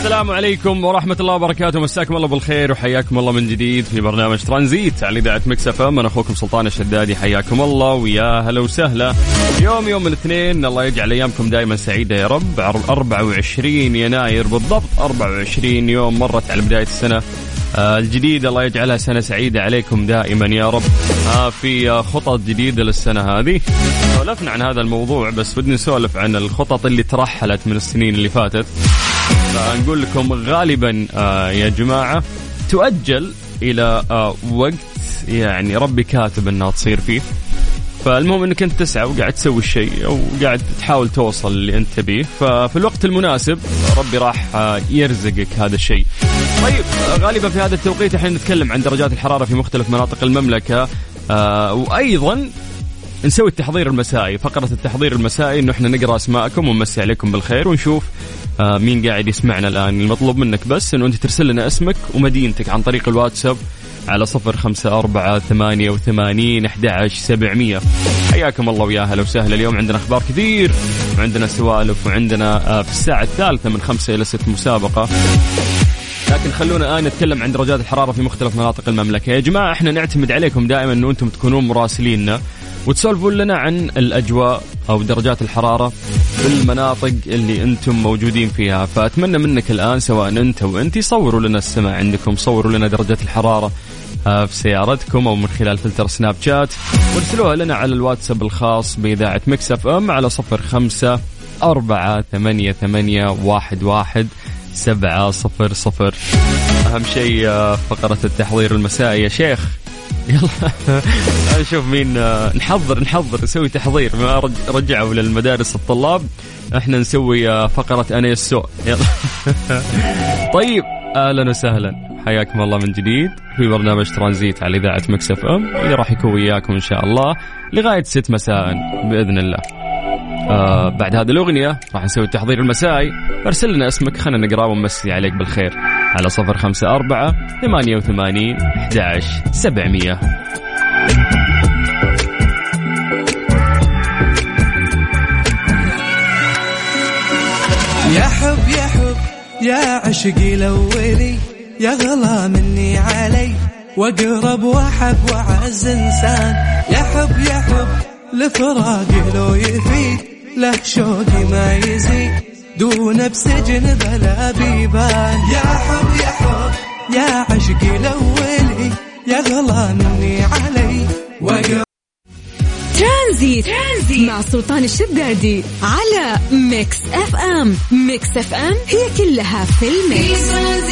السلام عليكم ورحمة الله وبركاته، مساكم الله بالخير وحياكم الله من جديد في برنامج ترانزيت على إذاعة ميكس اف ام. أنا أخوكم سلطان الشدادي، حياكم الله ويا هلا وسهلا. يوم الاثنين، الله يجعل أيامكم دائما سعيدة يا رب. 24 يناير بالضبط، 24 يوم مرت على بداية السنة الجديدة، الله يجعلها سنة سعيدة عليكم دائما يا رب. في خطط جديدة للسنة هذه، سولفنا عن هذا الموضوع، بس بدنا نسولف عن الخطط اللي ترحلت من السنين اللي فاتت. فنقول لكم غالبا يا جماعة تؤجل إلى وقت يعني ربي كاتب أنها تصير فيه. فالمهم أنك أنت تسعى وقاعد تسوي الشيء أو قاعد تحاول توصل اللي أنت بيه، ففي الوقت المناسب ربي راح يرزقك هذا الشيء. طيب غالبا في هذا التوقيت احنا نتكلم عن درجات الحرارة في مختلف مناطق المملكة، وأيضا نسوي التحضير المسائي. فقرة التحضير المسائي إنه إحنا نقرأ أسماءكم ونمسي عليكم بالخير ونشوف مين قاعد يسمعنا الآن. المطلوب منك بس إنه أنت ترسل لنا اسمك ومدينتك عن طريق الواتساب على 0548811700. حياكم الله ويا هلا وسهلا. اليوم عندنا أخبار كثير وعندنا سوالف وعندنا في الساعة الثالثة من 5 إلى 6 مسابقة. لكن خلونا الآن نتكلم عن درجات الحرارة في مختلف مناطق المملكة. يا جماعة احنا نعتمد عليكم دائما أنه أنتم تكونون مراسليننا وتسولفون لنا عن الأجواء أو درجات الحرارة في المناطق اللي أنتم موجودين فيها. فأتمنى منك الآن سواء أنت وأنتي صوروا لنا السماء عندكم، صوروا لنا درجة الحرارة في سيارتكم أو من خلال فلتر سناب شات، وارسلوها لنا على الواتساب الخاص بإذاعة ميكس اف ام على 0548811700. أهم شيء فقرة التحضير المسائي يا شيخ. يلا نشوف مين نحضر نسوي تحضير. ما رجعوا للمدارس الطلاب، احنا نسوي فقرة أنا السوء. يلا طيب أهلا وسهلا، حياكم الله من جديد في برنامج ترانزيت على إذاعة ميكس اف ام اللي راح يكون وياكم إن شاء الله لغاية 6 مساء بإذن الله. بعد هذه الأغنية راح نسوي التحضير المسائي. ارسل لنا اسمك خلنا نقرأ ونمسي عليك بالخير على 0548811700. يا حب يا حب يا عشقي الأولي، يا غلا مني علي واقرب واحب وعز انسان. يا حب يا حب لفراقي لو يفيد، له شوقي ما يزيد دون بسجن بلا بيبان. يا حب يا حب يا عشقي الأولي، يا غلا مني علي واقرب. ترانزيت مع سلطان الشدادي على ميكس اف ام. ميكس اف ام هي كلها في الميكس.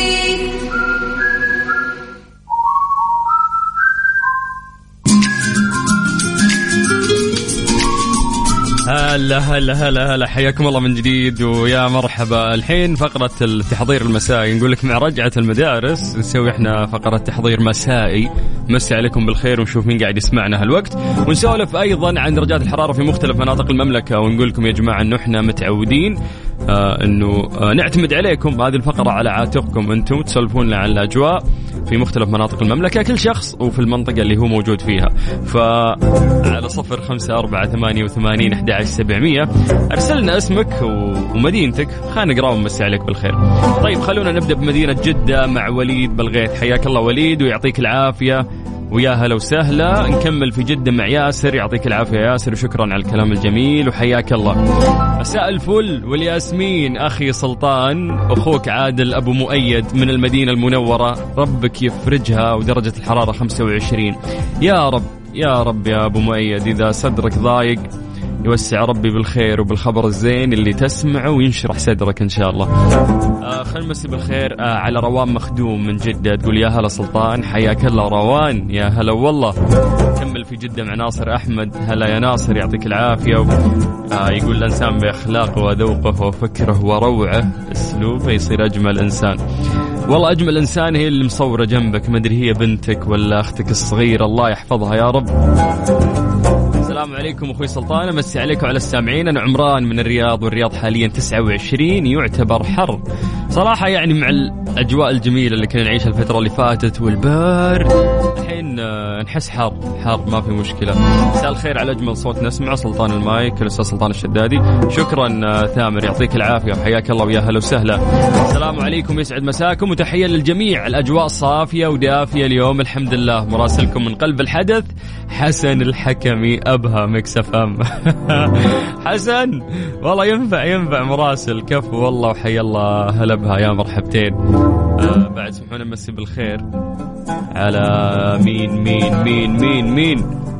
هلا هلا هلا هلا، حياكم الله من جديد ويا مرحبا. الحين فقرة التحضير المسائي. نقول لك مع رجعة المدارس نسوي احنا فقرة تحضير مسائي. مسي عليكم بالخير ونشوف مين قاعد يسمعنا هالوقت، ونسولف ايضا عن درجات الحرارة في مختلف مناطق المملكة. ونقول لكم يا جماعة انه احنا متعودين انه نعتمد عليكم هذه الفقرة على عاتقكم انتم تسولفون لنا عن الاجواء في مختلف مناطق المملكة، كل شخص وفي المنطقة اللي هو موجود فيها. فعلى 0548811700 أرسلنا اسمك ومدينتك خلينا نقرأ ونمسي عليك بالخير. طيب خلونا نبدأ بمدينة جدة مع وليد بالغيث. حياك الله وليد ويعطيك العافية ويا هلا وسهلا. نكمل في جدة مع ياسر. يعطيك العافية ياسر وشكرا على الكلام الجميل وحياك الله. مساء الفل والياسمين أخي سلطان، أخوك عادل أبو مؤيد من المدينة المنورة، ربك يفرجها ودرجة الحرارة 25. يا رب يا رب يا أبو مؤيد، إذا صدرك ضايق يوسع ربي بالخير وبالخبر الزين اللي تسمعه وينشرح صدرك إن شاء الله. خلنا نمسي بالخير على روان مخدوم من جدة. تقول يا هلا سلطان، حياك الله روان، يا هلا والله. كمل في جدة مع ناصر أحمد. هلا يا ناصر يعطيك العافية. يقول الإنسان بأخلاقه وذوقه وفكره وروعه أسلوبه يصير أجمل إنسان. والله أجمل إنسان هي اللي مصورة جنبك، مدري هي بنتك ولا أختك الصغيرة، الله يحفظها يا رب. السلام عليكم أخوي سلطان، أمسي عليكم على السامعين. أنا عمران من الرياض، والرياض حاليا 29 يعتبر حر. صراحة يعني مع الأجواء الجميلة اللي كنا نعيشها الفترة اللي فاتت والبرد، الحين نحس حار ما في مشكلة. مساء الخير على أجمل صوت نسمع، سلطان المايك الأستاذ سلطان الشدادي. شكرا ثامر، يعطيك العافية وحياك الله ويا هلا وسهلا. السلام عليكم، يسعد مساكم وتحية للجميع. الأجواء صافية ودافية اليوم الحمد لله. مراسلكم من قلب الحدث حسن الحكمي، أبها ميكس اف ام. حسن والله ينفع مراسل، كفو والله وحي الله، هلا بها يا مرحبتين. بعد سمحونا نمسي بالخير على مين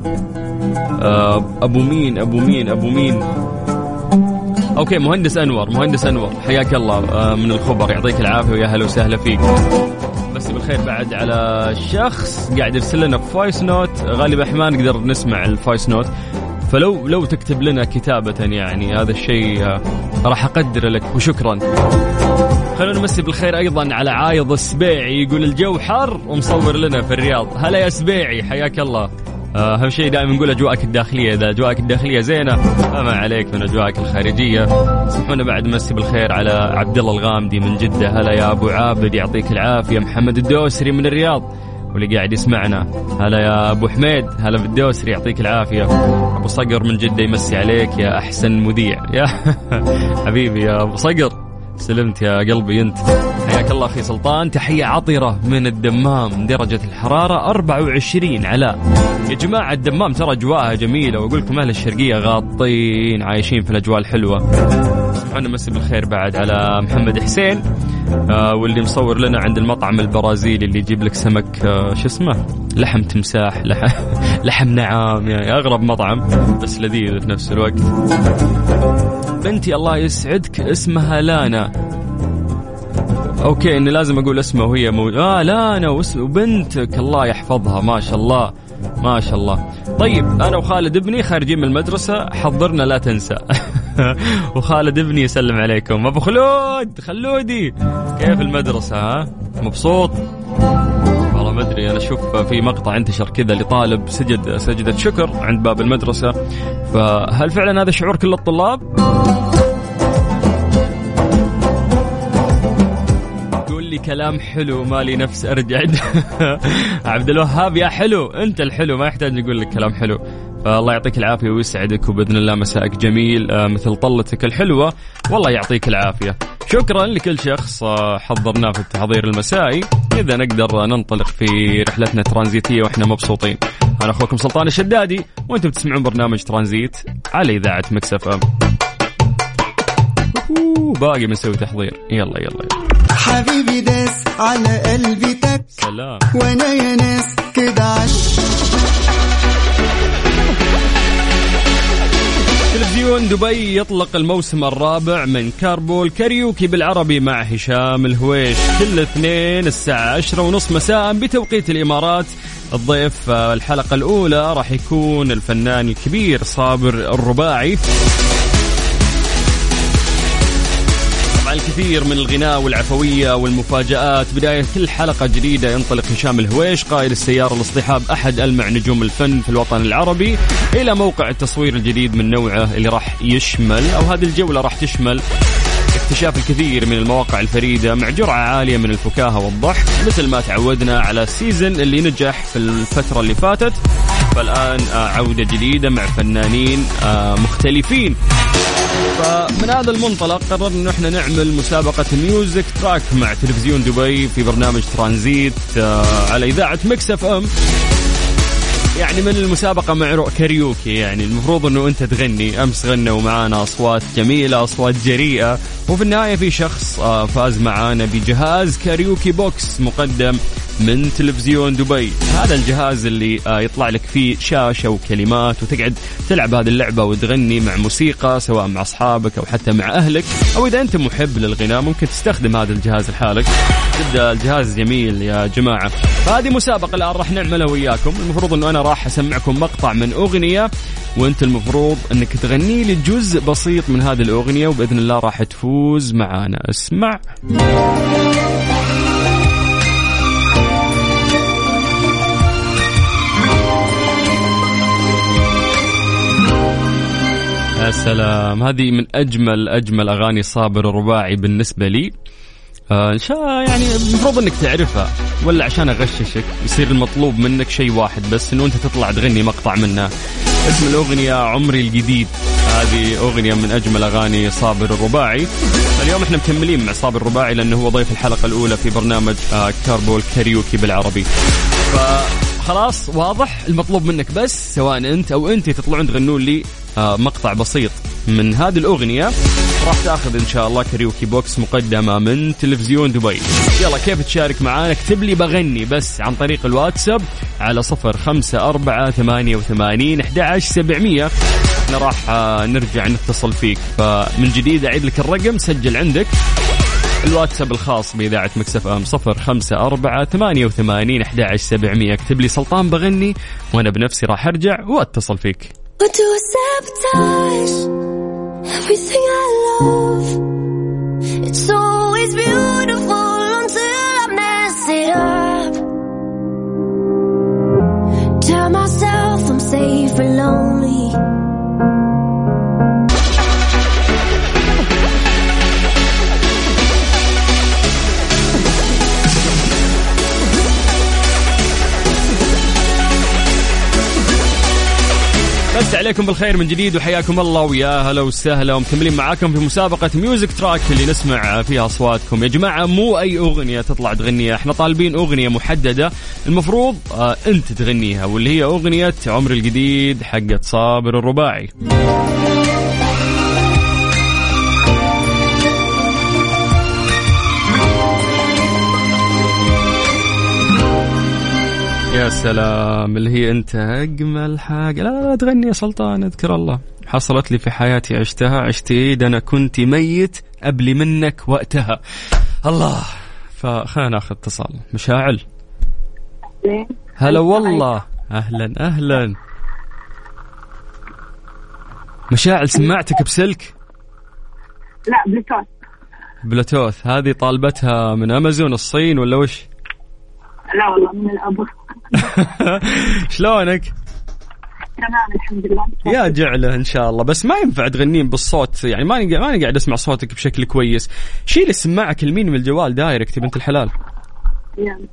ابو مين. اوكي، مهندس انور حياك الله من الخبر، يعطيك العافيه ويا هلا وسهلا فيك. بس بالخير بعد على شخص قاعد يرسل لنا فويس نوت، غالبا ما نقدر نسمع الفويس نوت، فلو تكتب لنا كتابة يعني هذا الشيء راح أقدر لك وشكرا. خلونا نمسي بالخير أيضا على عايض السبيعي، يقول الجو حر ومصور لنا في الرياض. هلا يا سبيعي حياك الله. أهم شيء دائما نقول أجواءك الداخلية، إذا أجواءك الداخلية زينة فما عليك من أجواءك الخارجية. سمحونا بعد نمسي بالخير على عبد الله الغامدي من جدة. هلا يا أبو عابد يعطيك العافية. محمد الدوسري من الرياض واللي قاعد يسمعنا، هلا يا أبو حميد، هلا بالدوسري يعطيك العافية. أبو صقر من جدة يمسي عليك يا أحسن مذيع. يا حبيبي يا أبو صقر، سلمت يا قلبي أنت، حياك الله أخي سلطان. تحية عطرة من الدمام، درجة الحرارة 24. علاء يا جماعة الدمام ترى أجواءها جميلة، وأقول لكم أهل الشرقية غاطين عايشين في الأجواء الحلوة. سبحانه مسي بالخير بعد على محمد حسين واللي مصور لنا عند المطعم البرازيلي اللي يجيب لك سمك شو اسمه، لحم تمساح، لحم نعام، يعني أغرب مطعم بس لذيذ في نفس الوقت. بنتي الله يسعدك اسمها لانا. اوكي اني لازم اقول اسمها وهي لانا وبنتك الله يحفظها، ما شاء الله ما شاء الله. طيب انا وخالد ابني خارجين من المدرسة، حضرنا لا تنسى. وخالد ابني يسلم عليكم. ابو خلودي كيف المدرسة؟ ها مبسوط؟ والله ما ادري، انا اشوف في مقطع انتشر كذا لطالب سجد سجدة شكر عند باب المدرسة، فهل فعلا هذا شعور كل الطلاب؟ قول لي كلام حلو مالي نفس ارجع. عبد الوهاب يا حلو، انت الحلو ما يحتاج نقول لك كلام حلو. فالله يعطيك العافية ويسعدك، وبإذن الله مساءك جميل مثل طلتك الحلوة، والله يعطيك العافية. شكرا لكل شخص حضرناه في التحضير المسائي، إذا نقدر ننطلق في رحلتنا ترانزيتية وإحنا مبسوطين. أنا أخوكم سلطان الشدادي، وأنتم بتسمعون برنامج ترانزيت على إذاعة ميكس اف ام. باقي بنسوي تحضير، يلا حبيبي داس على قلبي تك، سلام وانا يا ناس كده عش. تلفزيون دبي يطلق الموسم الرابع من كاربول كاريوكي بالعربي مع هشام الهويش كل اثنين الساعة 10:30 مساء بتوقيت الإمارات. الضيف الحلقة الأولى راح يكون الفنان الكبير صابر الرباعي. الكثير من الغناء والعفوية والمفاجآت. بداية كل حلقة جديدة ينطلق هشام الهويش قائد السيارة لاصطحاب أحد ألمع نجوم الفن في الوطن العربي إلى موقع التصوير الجديد من نوعه اللي راح يشمل، أو هذه الجولة راح تشمل اكتشاف الكثير من المواقع الفريدة مع جرعة عالية من الفكاهة والضحك مثل ما تعودنا على السيزن اللي نجح في الفترة اللي فاتت. فالآن عودة جديدة مع فنانين مختلفين. فمن هذا المنطلق قررنا أنه احنا نعمل مسابقة ميوزك تراك مع تلفزيون دبي في برنامج ترانزيت على إذاعة ميكس اف ام. يعني من المسابقة مع كاريوكي، يعني المفروض أنه أنت تغني. أمس غنوا معانا أصوات جميلة، أصوات جريئة، وفي النهاية في شخص فاز معانا بجهاز كاريوكي بوكس مقدم من تلفزيون دبي. هذا الجهاز اللي يطلع لك فيه شاشة وكلمات وتقعد تلعب هذه اللعبة وتغني مع موسيقى سواء مع أصحابك أو حتى مع أهلك، أو إذا أنت محب للغناء ممكن تستخدم هذا الجهاز لحالك. جدا الجهاز جميل يا جماعة. فهذه مسابقة الآن راح نعملها وياكم. المفروض أنه أنا راح أسمعكم مقطع من أغنية، وأنت المفروض أنك تغني لي جزء بسيط من هذه الأغنية، وبإذن الله راح تفوز معانا. اسمع. يا سلام، هذه من أجمل أغاني صابر الرباعي بالنسبة لي. إن شاء يعني المفروض أنك تعرفها، ولا عشان أغششك يصير المطلوب منك شيء واحد بس، إنه أنت تطلع تغني مقطع منها. اسم الأغنية عمري الجديد، هذه أغنية من أجمل أغاني صابر الرباعي. اليوم إحنا مكملين مع صابر الرباعي لأنه هو ضيف الحلقة الأولى في برنامج كاربول كاريوكي بالعربي. فخلاص واضح المطلوب منك بس، سواء أنت أو أنت تطلعون تغنون لي مقطع بسيط من هذه الأغنية، راح تأخذ إن شاء الله كاريوكي بوكس مقدمة من تلفزيون دبي. يلا كيف تشارك معانا؟ اكتب لي بغني بس عن طريق الواتساب على 0548811700. احنا راح نرجع نتصل فيك، فمن جديد أعيد لك الرقم، سجل عندك الواتساب الخاص بإذاعة مكس اف ام 0548811700. اكتب لي سلطان بغني وأنا بنفسي راح أرجع وأتصل فيك. Everything I love, it's always beautiful until I mess it up. Tell myself I'm safe and lonely. بس عليكم بالخير من جديد وحياكم الله ويا هلا وسهلا، ومكملين معاكم في مسابقة ميوزك تراك اللي نسمع فيها أصواتكم. يا جماعة مو أي أغنية تطلع تغنيها، احنا طالبين أغنية محددة المفروض أنت تغنيها، واللي هي أغنية عمر الجديد حقت صابر الرباعي. يا سلام، اللي هي أنت أجمل حاجة. لا تغني يا سلطان، اذكر الله حصلت لي في حياتي عشتها، عشت إيد أنا كنت ميت قبل منك وقتها. الله، فخلينا ناخذ اتصال. مشاعل، هلا والله، أهلا مشاعل. سماعتك بسلك؟ لا بلوتوث. هذه طالبتها من أمازون الصين ولا وش؟ لا والله من الأبو. شلونك؟ تمام الحمد لله. يا جعله إن شاء الله. بس ما ينفع تغنين بالصوت، يعني ماني قاعد أسمع صوتك بشكل كويس. شيل السماعة كلمين من الجوال دايركت بنت الحلال. يعني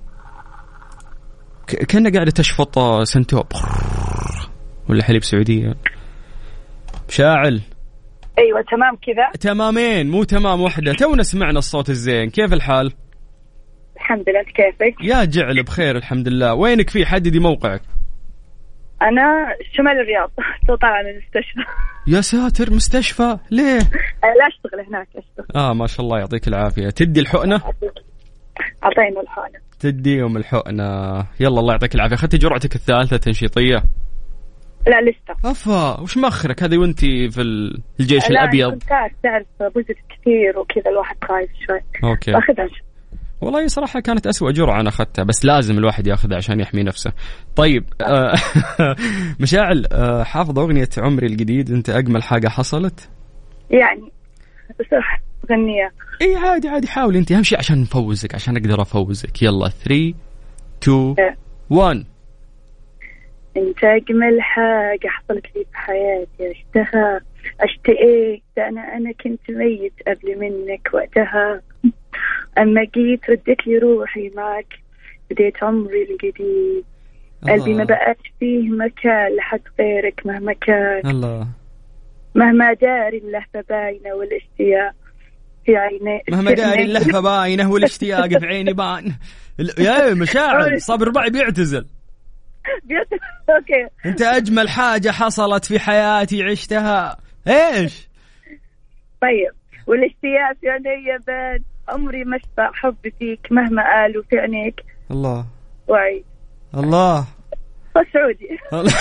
كأنها قاعدة تشفط سنتوب ولا حليب سعودية. مشاعل. أيوة تمام كذا. تمامين مو تمام واحدة. تونا سمعنا الصوت الزين. كيف الحال؟ الحمد لله، كيفك؟ يا جعل بخير الحمد لله. وينك فيه؟ حددي موقعك. أنا شمال الرياض، طالعة من المستشفى. يا ساتر، مستشفى ليه؟ لا أشتغل هناك، أشتغل. ما شاء الله يعطيك العافية. تدي الحقنة؟ أعطينا الحقنة. تديهم الحقنة. يلا الله يعطيك العافية. أخذتي جرعتك الثالثة تنشيطية؟ لا لسه. أفا وش مأخرك هذه وانتي في الجيش الأبيض؟ لا تعرف بوزت كثير وكذا، الواحد خايف شوي. أوكي. أخذها. والله صراحة كانت أسوأ جرعة أنا أخذتها، بس لازم الواحد يأخذها عشان يحمي نفسه. طيب مشاعل، حافظ أغنية عمري الجديد أنت أجمل حاجة حصلت؟ يعني بصراحة غنية. إيه عادي حاول أنت، أهم شيء عشان نفوزك، عشان أقدر أفوزك. يلا 3 2 1. انت اجمل حاجة حصلت لي في حياتي، عشتها، اشتقيت انا كنت ميت قبل منك وقتها، اما جيت ردت لي روحي معك، بديت عمري الجديد. قلبي ما بقاش فيه مكان لحد غيرك مهما كان. الله. مهما داري اللهفة باينة والاشتياق في عيني، مهما داري اللهفة باينة والاشتياق في عيني بان. يا مشاعل، صابر الرباعي بيعتزل. اوكي. انت اجمل حاجة حصلت في حياتي عشتها. ايش؟ طيب، والاشتياق في عيني بان، عمري ما اشبع حبي فيك مهما قالوا في عينيك. الله. وعي. الله. سعودي.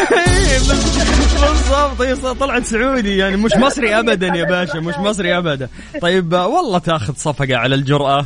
بالضبط، طلعت سعودي يعني، مش مصري ابدا يا باشا، مش مصري ابدا. طيب والله تاخذ صفقة على الجرأة.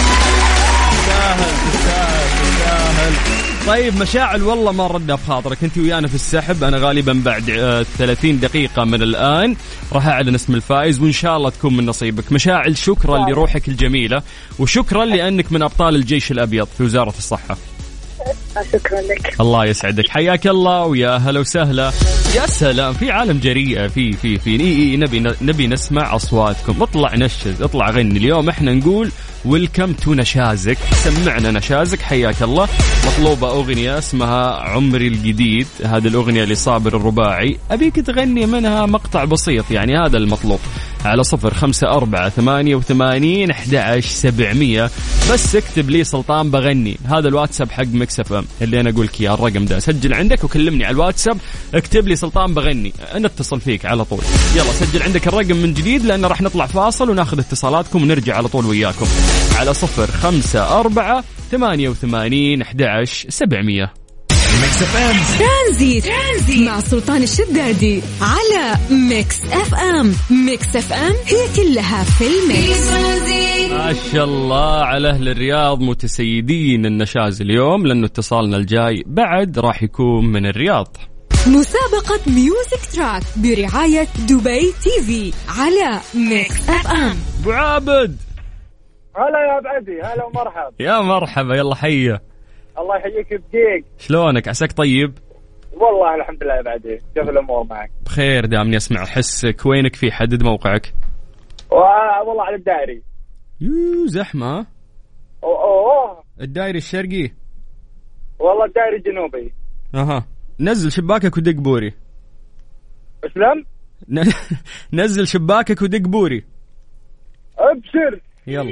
سهل. طيب مشاعل، والله ما ردنا بخاطرك، انت ويانا في السحب. انا غالبا بعد 30 دقيقة من الان راح اعلن اسم الفائز، وان شاء الله تكون من نصيبك. مشاعل، شكرا لروحك الجميلة، وشكرا لانك من ابطال الجيش الابيض في وزارة الصحة. شكرا لك. الله يسعدك، حياك الله ويا هلا وسهلا. يا سلام، في عالم جريئة. في نبي نسمع أصواتكم. اطلع نشز، اطلع غني. اليوم احنا نقول ويلكم تو نشازك. سمعنا نشازك، حياك الله. مطلوبة أغنية اسمها عمري الجديد، هذه الأغنية لصابر الرباعي، أبيك تغني منها مقطع بسيط، يعني هذا المطلوب. على 0548811700 بس اكتب لي سلطان بغني، هذا الواتساب حق ميكس اف ام اللي أنا أقولك يا الرقم ده، سجل عندك وكلمني على الواتساب، اكتب لي سلطان بغني، أنا اتصل فيك على طول. يلا سجل عندك الرقم من جديد، لأن راح نطلع فاصل وناخذ اتصالاتكم ونرجع على طول وياكم على 0548811700. ترانزيت مع سلطان الشدادي على ميكس اف ام. ميكس اف ام هي كلها في الميكس. ما شاء الله على أهل الرياض متسيدين النشاز اليوم، لأنه اتصالنا الجاي بعد راح يكون من الرياض. مسابقة ميوزك تراك برعاية دبي تي في على ميكس اف ام. أبو عابد، هلا يا بعدي، هلا ومرحبا. يا مرحبا، يلا حيا. الله يحييك بدقيق. شلونك؟ عساك طيب؟ والله الحمد لله يا بعدي، كيف الأمور معك؟ بخير دامني أسمع. أحسك وينك؟ في حدد موقعك. والله على الدائري. زحمة. أوه. الدائري الشرقي. والله الدائري الجنوبي. أها، نزل شباكك ودق بوري. اسلم. نزل شباكك ودق بوري. ابشر. يلا.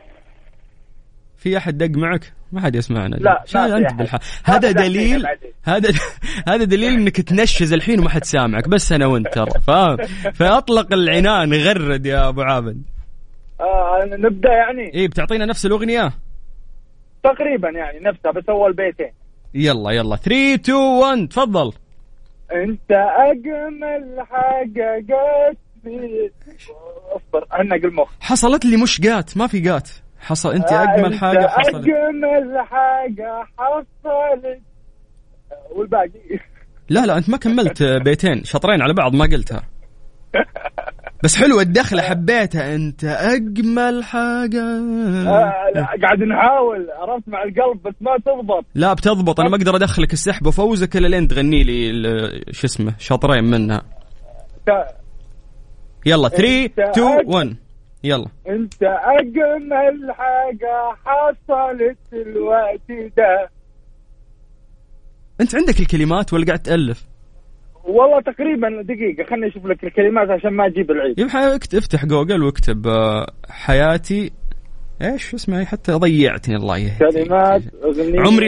في أحد دق معك؟ ما حد يسمعنا. لا أنت هذا دليل، هذا دليل إنك تنشز الحين وما حد سامعك، بس أنا وأنت ترى، فاهم؟ فأطلق العنان، غرد يا أبو عابد. نبدأ يعني. إيه، بتعطينا نفس الأغنية تقريبا يعني نفسها، بس أول بيتين. يلا 3 2 1 تفضل. أنت أجمل حاجة جات لي. أصبر أنق المخ. حصلت لي مش جات، ما في جات. حصل. أنت أجمل حاجة حصلت. أجمل حاجة حصلت. والباقي لا أنت ما كملت بيتين، شطرين على بعض ما قلتها. بس حلوة الدخلة، حبيتها. أنت أجمل حاجة. قاعد نحاول، عرفت، مع القلب بس ما تضبط. لا بتضبط، أنا ما أقدر أدخلك السحب وفوزك إلا لين تغني لي شو اسمه شطرين منها. يلا 3 2 1 يلا. أنت أجمل حاجة حصلت الوقت ده. أنت عندك الكلمات ولا قاعد تألف؟ والله تقريبا. دقيقة خلني أشوف لك الكلمات عشان ما أجيب العيد. يبقى افتح جوجل واكتب حياتي ايش اسمها، حتى ضيعتني الله يهديك. كلمات أغنية عمري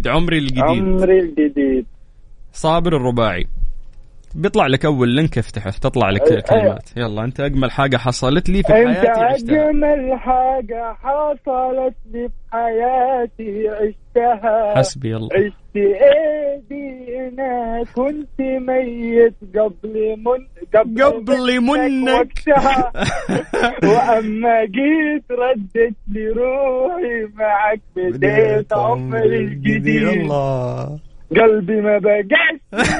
الجديد صابر الرباعي. بيطلع لك أول لينك، افتحه تطلع لك الكلمات. يلا. أنت أجمل حاجة حصلت لي في حياتي عشتها. أنت أجمل حاجة حصلت لي في حياتي عشتها. حسبي الله. عشت إيدي أنا كنت ميت قبل منك وقتها. وأما جيت ردت لي روحي معك، بديت عمري الجديد. الله قلبي ما بقاش.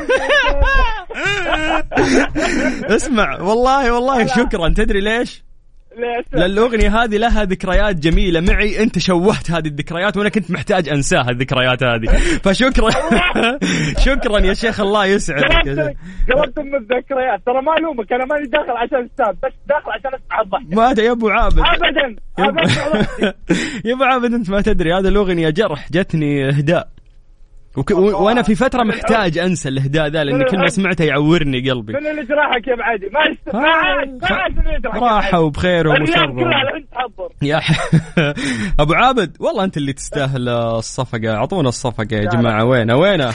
اسمع والله شكرا. تدري ليش؟ للأغنية هذه لها ذكريات جميلة معي، أنت شوهت هذه الذكريات وأنا كنت محتاج أنساها الذكريات هذه، فشكرا. شكرا يا شيخ، الله يسعدك. قلبت من الذكريات، ترى ما ألومك، أنا ماني داخل عشان الساب، بس داخل عشان أسمع الضحك. ما يا أبو عابد أبدا. يا أبو عابد أنت ما تدري، هذا الأغنية جرح، جتني إهداء وانا في فتره محتاج انسى الاهداء ذا، لان كل ما سمعته يعورني قلبي. من اللي جراحك يا بعدي؟ ما راحه وبخير ومشرف يا ابو عابد. والله انت اللي تستاهل الصفقه، اعطونا الصفقه يا جماعه. وينه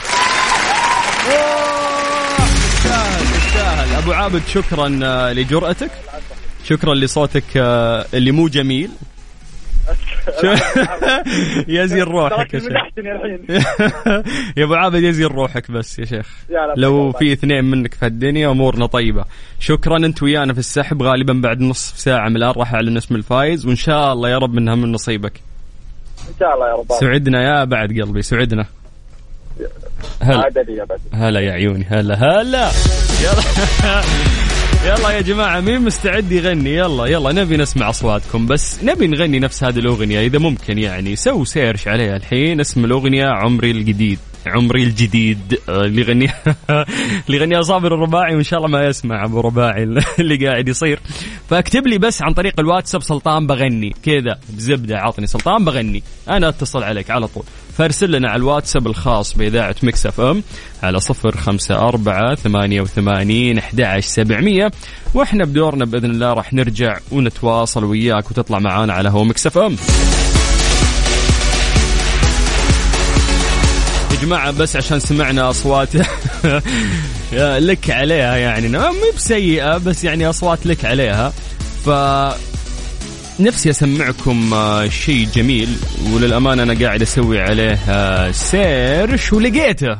تستاهل ابو عابد. شكرا لجرأتك، شكرا لصوتك اللي مو جميل. يزين روحك يا شيخ. يا ابو عابد يزين روحك بس يا شيخ، لو في اثنين منك في الدنيا امورنا طيبه. شكرا. انت ويانا في السحب، غالبا بعد نصف ساعه من الان راح اعلن اسم الفايز، وان شاء الله يا رب منها من نصيبك ان شاء الله يا رب. سعدنا يا بعد قلبي، سعدنا. هلا يا عيوني، هلا يلا يا جماعة، مين مستعد يغني؟ يلا نبي نسمع أصواتكم، بس نبي نغني نفس هذه الأغنية إذا ممكن. يعني سو سيرش عليها الحين، اسم الأغنية عمري الجديد. عمري الجديد اللي يغنيها صابر الرباعي، وإن شاء الله ما يسمع أبو رباعي اللي قاعد يصير. فاكتب لي بس عن طريق الواتساب سلطان بغني كذا بزبدة، عطني سلطان بغني، أنا أتصل عليك على طول. فارسل لنا على الواتساب الخاص بإذاعة ميكس اف ام على 0548811700، وإحنا بدورنا بإذن الله راح نرجع ونتواصل وياك وتطلع معانا على هو ميكس اف ام. يا جماعة بس عشان سمعنا أصوات لك عليها، يعني مو بسيئة بس يعني أصوات لك عليها، نفسي أسمعكم شيء جميل، وللأمانة أنا قاعد أسوي عليه سيرش ولقيته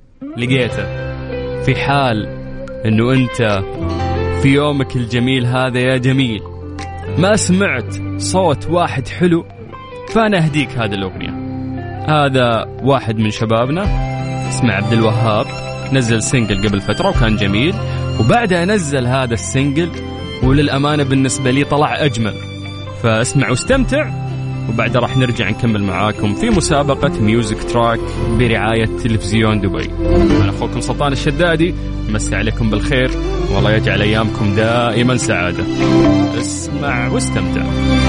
في حال أنه أنت في يومك الجميل هذا يا جميل ما سمعت صوت واحد حلو، فأنا أهديك هذا الأغنية. هذا واحد من شبابنا اسمه عبد الوهاب، نزل سينجل قبل فترة وكان جميل، وبعدها نزل هذا السينجل وللأمانة بالنسبة لي طلع أجمل. فاسمع واستمتع، وبعدها راح نرجع نكمل معاكم في مسابقة ميوزك تراك برعاية تلفزيون دبي. أنا أخوكم سلطان الشدادي، مسي عليكم بالخير والله يجعل أيامكم دائما سعادة. اسمع واستمتع.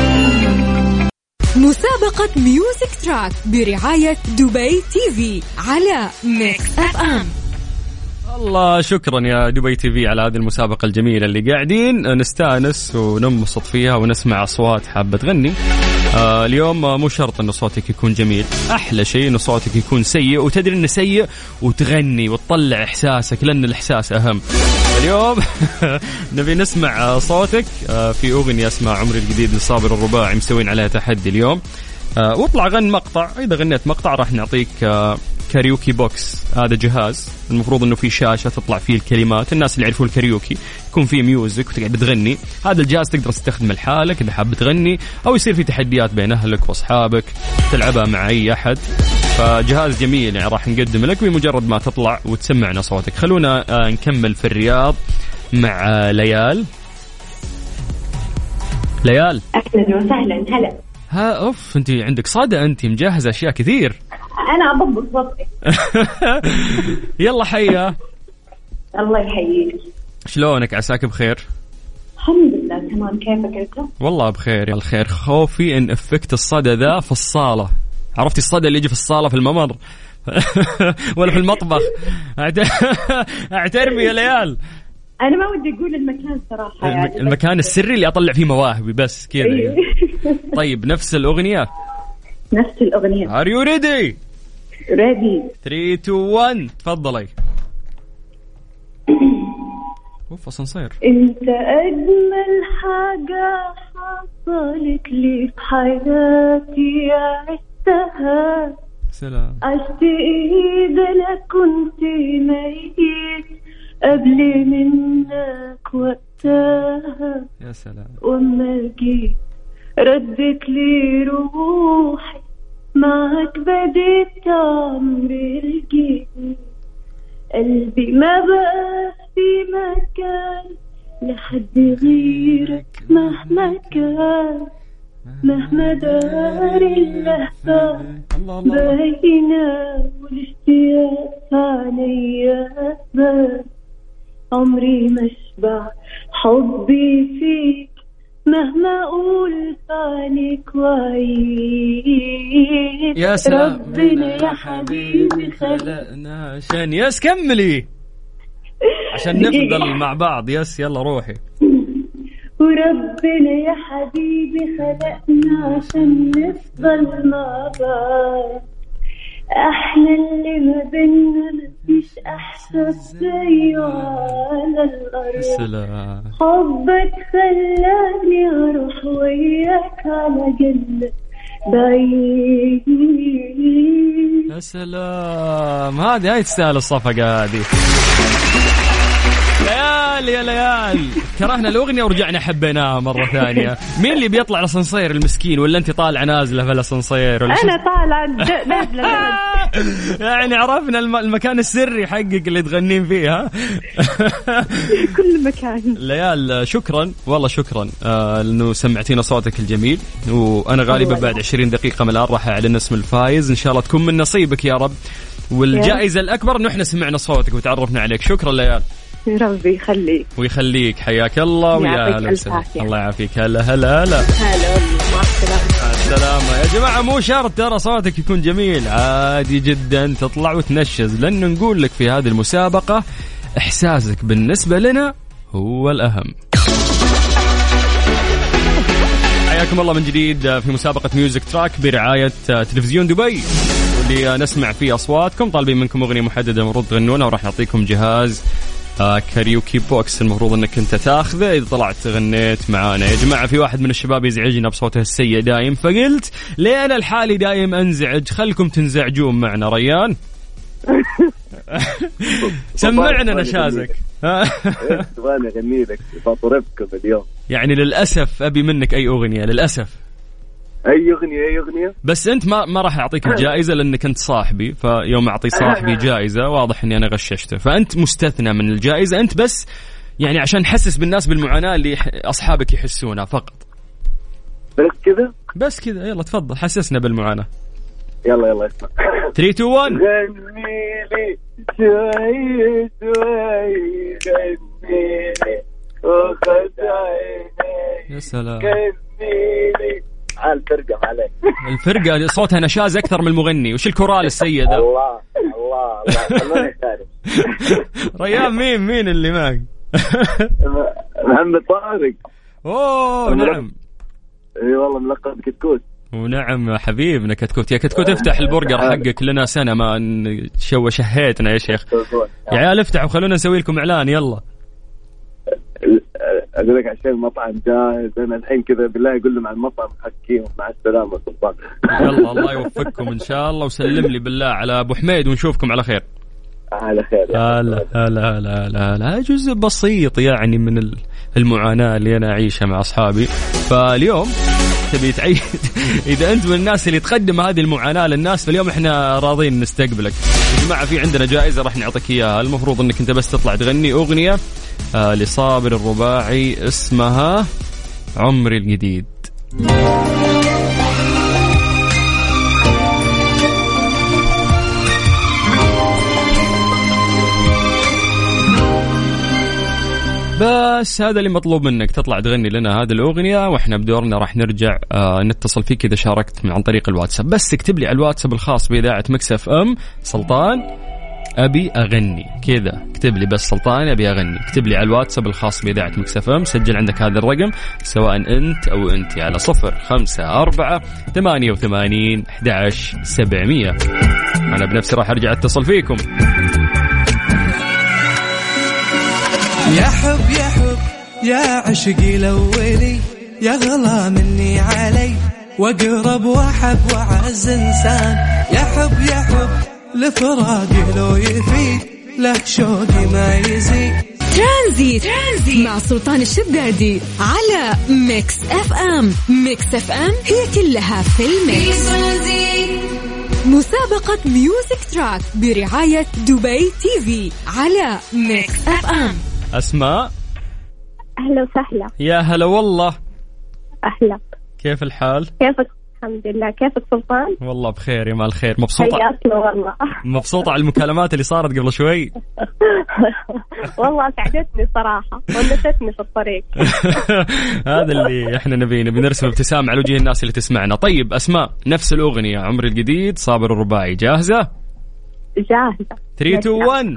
مسابقة ميوزك تراك برعاية دبي تي في على ميكس اف ام. الله شكرا يا دبي تي في على هذه المسابقة الجميلة اللي قاعدين نستانس وننبسط فيها ونسمع أصوات حابة تغني. اليوم مو شرط أن صوتك يكون جميل، أحلى شيء أن صوتك يكون سيء وتدري أنه سيء وتغني وتطلع إحساسك، لأن الإحساس أهم. اليوم نبي نسمع صوتك في أغنية اسمها عمري الجديد لصابر الرباعي، مسوين عليها تحدي اليوم. واطلع غن مقطع، إذا غنيت مقطع راح نعطيك كاريوكي بوكس. هذا جهاز المفروض انه فيه شاشة تطلع فيه الكلمات، الناس اللي يعرفوا الكاريوكي يكون فيه ميوزك وتقعد تغني. هذا الجهاز تقدر تستخدمه لحالك إذا حاب تغني، أو يصير فيه تحديات بين أهلك وأصحابك تلعبها مع أي أحد. فجهاز جميل يعني راح نقدم لك بمجرد ما تطلع وتسمعنا صوتك. خلونا نكمل في الرياض مع ليال. أهلا وسهلا. هلا. أوف أنت عندك صدى، أنت مجهزة أشياء كثير. أنا أضبط وضعي. يلا حيا. الله يحييك. شلونك؟ عساك بخير؟ الحمد لله تمام. كيفك أنت؟ والله بخير يا الخير. خوفي إن أفكت الصدى ذا في الصالة، عرفتي الصدى اللي يجي في الصالة في الممر ولا في المطبخ. اعترفي يا ليال. أنا ما ودي أقول المكان صراحة، يعني المكان السري اللي أطلع فيه مواهبي بس كذا. طيب نفس الأغنية. نفس الأغنية. Are you ready؟ ready. 3 2 1 تفضلي. اوف أسانسير. انت اجمل حاجة حصلت لي في حياتي عشتها. سلام. عشت اذا انا كنت ميت قبل منك وقتها. يا سلام. وما جيت ردت لي روحي معك بديت عمري الجديد. قلبي ما بقى في مكان لحد غيرك مهما كان، مهما دار اللهفة باينة والاشتياق عليا بان. عمري ما اشبع حبي فيك مهما أقول عنك وعيد. يا سلام. ربنا يا حبيبي خلقنا عشان يس كملي عشان نفضل مع بعض. يس يلا روحي. وربنا يا حبيبي خلقنا عشان نفضل مع بعض. احنا اللي ما بينا مفيش احساس زيه على الارض. سلام. حبك خلاني اروح وياك على جنة بعيد. يا سلام. هاي تستاهل الصفقة هذه. ليال يا ليال، كرهنا الأغنية ورجعنا حبيناها مرة ثانية. مين اللي بيطلع الأسانسير المسكين، ولا أنت طالعة نازلة في الأسانسير؟ أنا طالعة نازلة. يعني عرفنا المكان السري حقك اللي تغنين فيه. كل مكان. ليال شكرا والله شكرا لأنه سمعتينا صوتك الجميل، وأنا غالبا بعد 20 دقيقة من الآن راح أعلن اسم الفائز إن شاء الله تكون من نصيبك يا رب. والجائزة الأكبر إنه إحنا سمعنا صوتك وتعرفنا عليك. شكرا ليال. ربي يخليك ويخليك، حياك الله ويا هلا وسهلا. الله يعافيك. هلا هلا هلا هلا والله. مع السلامة. السلامة يا جماعة. مو شرط ترى صوتك يكون جميل، عادي جدا تطلع وتنشز، لأنه نقول لك في هذه المسابقة إحساسك بالنسبة لنا هو الأهم. حياكم الله من جديد في مسابقة ميوزك تراك برعاية تلفزيون دبي، واللي نسمع فيه أصواتكم. طالبين منكم أغنية محددة المفروض تغنونها، وراح نعطيكم جهاز كاريوكي بوكس المفروض أنك أنت تاخذه إذا طلعت غنيت معانا. يا جماعة في واحد من الشباب يزعجنا بصوته السيء دايم، فقلت ليه أنا الحالي دايم أنزعج، خلكم تنزعجون معنا. ريان سمعنا نشازك. تبغاني أغني لك بطربكم اليوم؟ يعني للأسف أبي منك أي أغنية، للأسف أي أغنية. بس أنت ما راح أعطيك الجائزة لأنك أنت صاحبي، فيوم أعطي صاحبي جائزة واضح أني أنا غششته، فأنت مستثنى من الجائزة. أنت بس يعني عشان نحسس بالناس بالمعاناة اللي أصحابك يحسونها فقط. بس كذا. يلا تفضل حسسنا بالمعاناة. يلا اسمع. 3 2 1. غني لي شوي غني لي وخد عيني. يا سلام. غني لي الفرقة عليك. الفرقة صوتها نشاز أكثر من المغني. وش الكورال السيء ده؟ الله خلوني ثاني. ريان مين اللي معك؟ محمد طارق. أوه نعم. اي والله ملقب كتكوت. ونعم حبيبنا كتكوت. يا كتكوت افتح البرجر حقك لنا سنة ما شهيتنا يا شيخ. يا عيال افتحوا خلونا نسوي لكم إعلان. يلا أقول لك عشان المطعم جاهز. أنا الحين كذا بالله يقول لهم عن المطعم حكيهم. مع السلامة سلطان. يلا الله يوفقكم إن شاء الله، وسلم لي بالله على أبو حميد ونشوفكم على خير. على خير. لا جزء بسيط يعني من المعاناة اللي أنا أعيشها مع أصحابي. فاليوم تبي تعيد إذا أنت من الناس اللي تقدم هذه المعاناة للناس، فاليوم إحنا راضين نستقبلك يا جماعة. في عندنا جائزة راح نعطيك إياها. المفروض أنك أنت بس تطلع تغني أغنية لصابر الرباعي اسمها عمري الجديد. بس هذا اللي مطلوب منك، تطلع تغني لنا هذه الأغنية، وإحنا بدورنا راح نرجع نتصل فيك إذا شاركت عن طريق الواتساب. بس اكتب لي على الواتساب الخاص بإذاعة مكس اف ام سلطان أبي أغني كذا. اكتب لي بس سلطان أبي أغني، اكتب لي على الواتساب الخاص بإذاعة مكس اف ام. سجل عندك هذا الرقم سواء أنت أو أنتي على 0548811700. أنا بنفسي راح أرجع أتصل فيكم. يا حب يا عشقي الأولي، يا غلا مني علي واقرب واحب وعز انسان. يا حب لفراقي لو يفيد، له شوقي ما يزيد. ترانزيت مع سلطان الشدادي على ميكس اف ام. ميكس اف ام هي كلها في الميكس. مسابقة ميوزك تراك برعاية دبي تي في على ميكس اف ام. أسماء أهلا وسهلا. يا هلا والله. أهلا. كيف الحال؟ كيفك؟ الحمد لله. كيفك سلطان؟ والله بخير يا مال الخير. مبسوطة والله. مبسوطة على المكالمات اللي صارت قبل شوي. والله سعدتني صراحة ونستني في الطريق. هذا اللي احنا نبيه، بنرسم ابتسام على وجه الناس اللي تسمعنا. طيب أسماء، نفس الأغنية عمري الجديد صابر الرباعي، جاهزة؟ جاهزة. 3 2 1.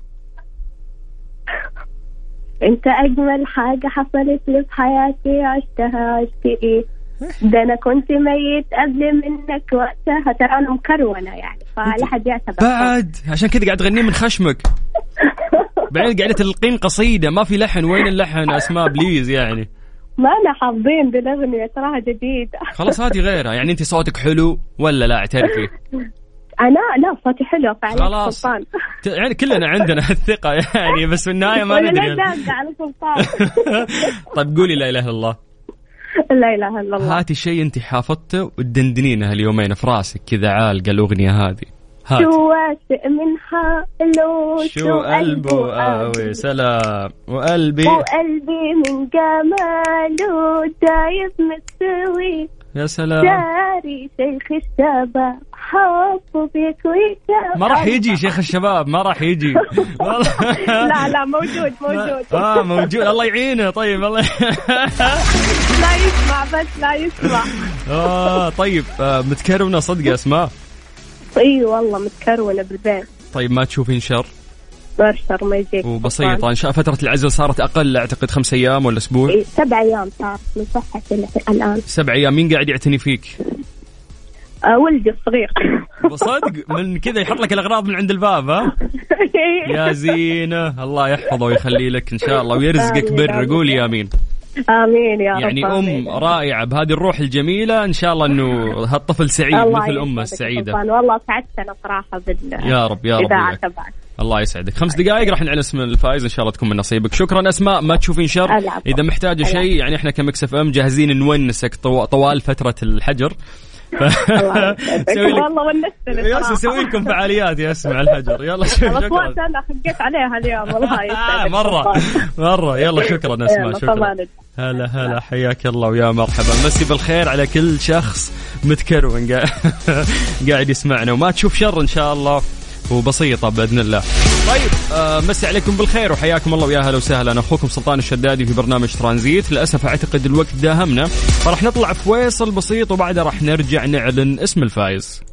انت اجمل حاجة حصلت لي في حياتي، عشتها إيه؟ ده انا كنت ميت قبل منك وقتها. ترى انا مكرونة يعني، فلا حد يعتبر بعد عشان كذا قاعد تغني من خشمك. بعدين قاعدة تلقين قصيدة ما في لحن. وين اللحن أسماء بليز يعني؟ ما أنا حافظين بالأغنية صراحة جديدة. خلاص هاتي غيرها. يعني أنت صوتك حلو ولا لا؟ اعترفي. أنا لا صوتي حلو فعلا. خلاص سلطان. يعني كلنا عندنا الثقة يعني، بس في النهاية ما ندري. لا على سلطان. طيب قولي لا إله إلا الله. لا إله إلا الله. هاتي شيء أنت حافظته وتدندنينها اليومين في راسك كذا عالقة الأغنية هذه. شو واسع من حاله، شو قلبه قوي. سلام. وقلبي من جماله دايب مستوي. يا سلام. جاري شيخ الشباب حب بيك ويتابع. ما راح يجي شيخ الشباب، ما راح يجي. لا موجود. موجود. الله يعينه. طيب الله لا يسمع، بس لا يسمع. طيب متكرونة صدق أسماء؟ اي والله متكرونة بالبيت. طيب ما تشوفين شر؟ برشر ما يجيك. وبسيطة إن شاء فترة العزل صارت أقل، أعتقد 5 أيام ولا أسبوع؟ 7 أيام صارت من صحتي الآن. 7 أيام. مين قاعد يعتني فيك؟ ولدي الصغير. بصدق من كذا يحط لك الأغراض من عند الباب. ها يا زينة، الله يحفظه ويخلي لك إن شاء الله ويرزقك بر. قولي آمين. آمين يا رب. يعني أم رائعة بهذه الروح الجميلة، إن شاء الله إنه هالطفل سعيد مثل أمه السعيدة. والله سعدتنا صراحة يا رب يا رب. الله يسعدك. 5 دقائق راح نعلن اسم الفائز، إن شاء الله تكون من نصيبك. شكرا أسماء، ما تشوفين شر. إذا محتاجة شيء يعني إحنا كمكس اف ام جاهزين نونسك طوال فترة الحجر. والله سوي لكم فعاليات يا اسمع الحجر. يلا شكرا. أنا خقيت عليها اليوم والله. مرة. يلا شكرا أسماء. شكرا. هلا حياك الله ويا مرحبا. مسي بالخير على كل شخص متكرون قاعد يسمعنا وما تشوف شر إن شاء الله، وبسيطة بإذن الله. طيب مسي عليكم بالخير وحياكم الله ويا هلا وسهلا. أنا أخوكم سلطان الشدادي في برنامج ترانزيت. للأسف أعتقد الوقت داهمنا، فرح نطلع في فيصل بسيط وبعدها راح نرجع نعلن اسم الفائز.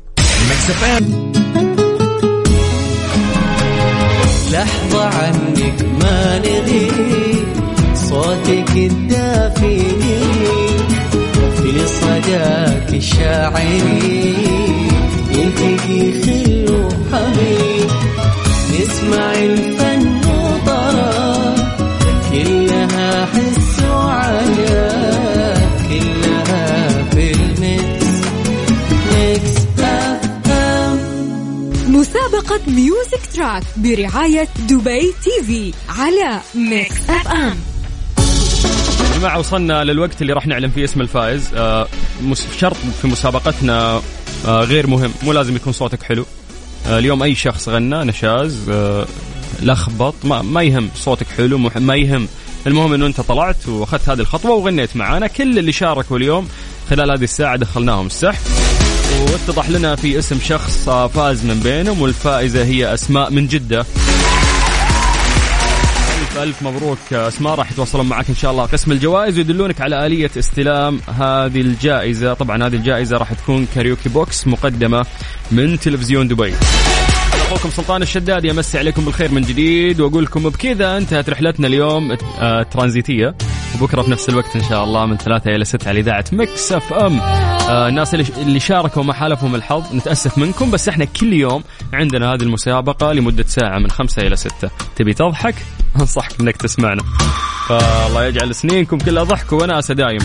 لحظة عنك ما نغيب، صوتك الدافئ في صداك الشاعري، يلتقي خل وحبيب، نسمع الفن وطرب، كلها حس وعجب، كلها في الميكس اف ام. مسابقة ميوزك تراك برعاية دبي تي في على ميكس اف ام. يا جماعة وصلنا للوقت اللي راح نعلن فيه اسم الفائز. شرط في مسابقتنا غير مهم، مو لازم يكون صوتك حلو. اليوم أي شخص غنى نشاز لخبط ما يهم، صوتك حلو ما يهم، المهم أنه أنت طلعت وأخذت هذه الخطوة وغنيت معانا. كل اللي شاركوا اليوم خلال هذه الساعة دخلناهم السحب، واتضح لنا في اسم شخص فاز من بينهم، والفائزة هي أسماء من جدة. ألف مبروك أسماء، راح يتواصلون معك إن شاء الله قسم الجوائز ويدلونك على آلية استلام هذه الجائزة. طبعا هذه الجائزة راح تكون كاريوكي بوكس مقدمة من تلفزيون دبي. أخوكم سلطان الشدادي يمسي عليكم بالخير من جديد، وأقول لكم بكذا انتهت رحلتنا اليوم ترانزيتية، وبكرة في نفس الوقت إن شاء الله من 3 إلى 6 على إذاعة ميكس اف ام. الناس اللي شاركوا ما حالفهم الحظ نتأسف منكم، بس احنا كل يوم عندنا هذه المسابقة لمدة ساعة من 5 إلى 6. تبي تضحك؟ أنصحك إنك تسمعنا، فالله يجعل سنينكم كلها ضحك وناسة دايم.